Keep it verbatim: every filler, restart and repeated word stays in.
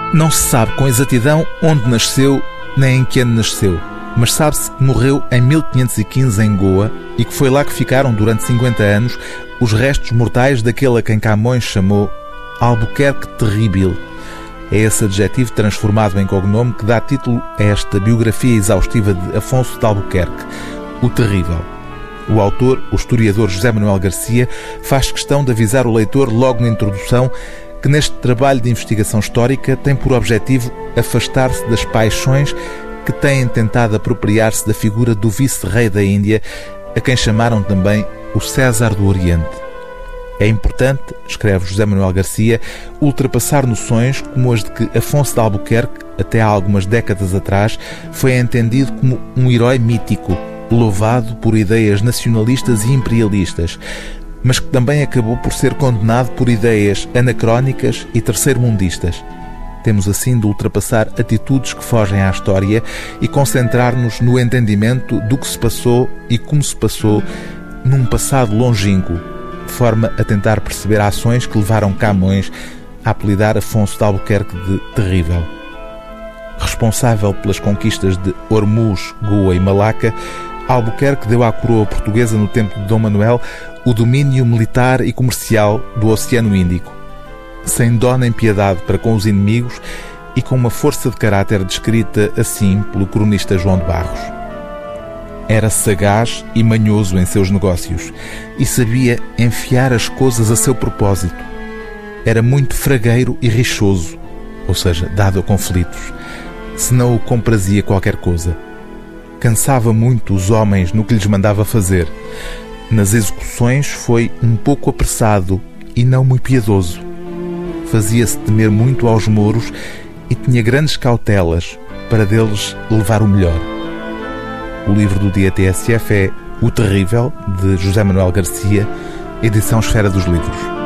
Não se sabe com exatidão onde nasceu nem em que ano nasceu, mas sabe-se que morreu em mil quinhentos e quinze em Goa e que foi lá que ficaram durante cinquenta anos os restos mortais daquele a quem Camões chamou Albuquerque Terríbil. É esse adjetivo transformado em cognome que dá título a esta biografia exaustiva de Afonso de Albuquerque, o Terrível. O autor, o historiador José Manuel Garcia, faz questão de avisar o leitor logo na introdução que neste trabalho de investigação histórica tem por objetivo afastar-se das paixões que têm tentado apropriar-se da figura do vice-rei da Índia, a quem chamaram também o César do Oriente. É importante, escreve José Manuel Garcia, ultrapassar noções como as de que Afonso de Albuquerque, até há algumas décadas atrás, foi entendido como um herói mítico, louvado por ideias nacionalistas e imperialistas, mas que também acabou por ser condenado por ideias anacrónicas e terceiro-mundistas. Temos assim de ultrapassar atitudes que fogem à história e concentrar-nos no entendimento do que se passou e como se passou num passado longínquo, de forma a tentar perceber ações que levaram Camões a apelidar Afonso de Albuquerque de Terrível. Responsável pelas conquistas de Ormuz, Goa e Malaca, Albuquerque deu à coroa portuguesa no tempo de Dom Manuel o domínio militar e comercial do Oceano Índico, sem dó nem piedade para com os inimigos e com uma força de caráter descrita assim pelo cronista João de Barros. Era sagaz e manhoso em seus negócios e sabia enfiar as coisas a seu propósito. Era muito fragueiro e rixoso, ou seja, dado a conflitos, se não o comprazia qualquer coisa. Cansava muito os homens no que lhes mandava fazer. Nas execuções foi um pouco apressado e não muito piedoso. Fazia-se temer muito aos mouros e tinha grandes cautelas para deles levar o melhor. O livro do dia T S F é O Terrível, de José Manuel Garcia, edição Esfera dos Livros.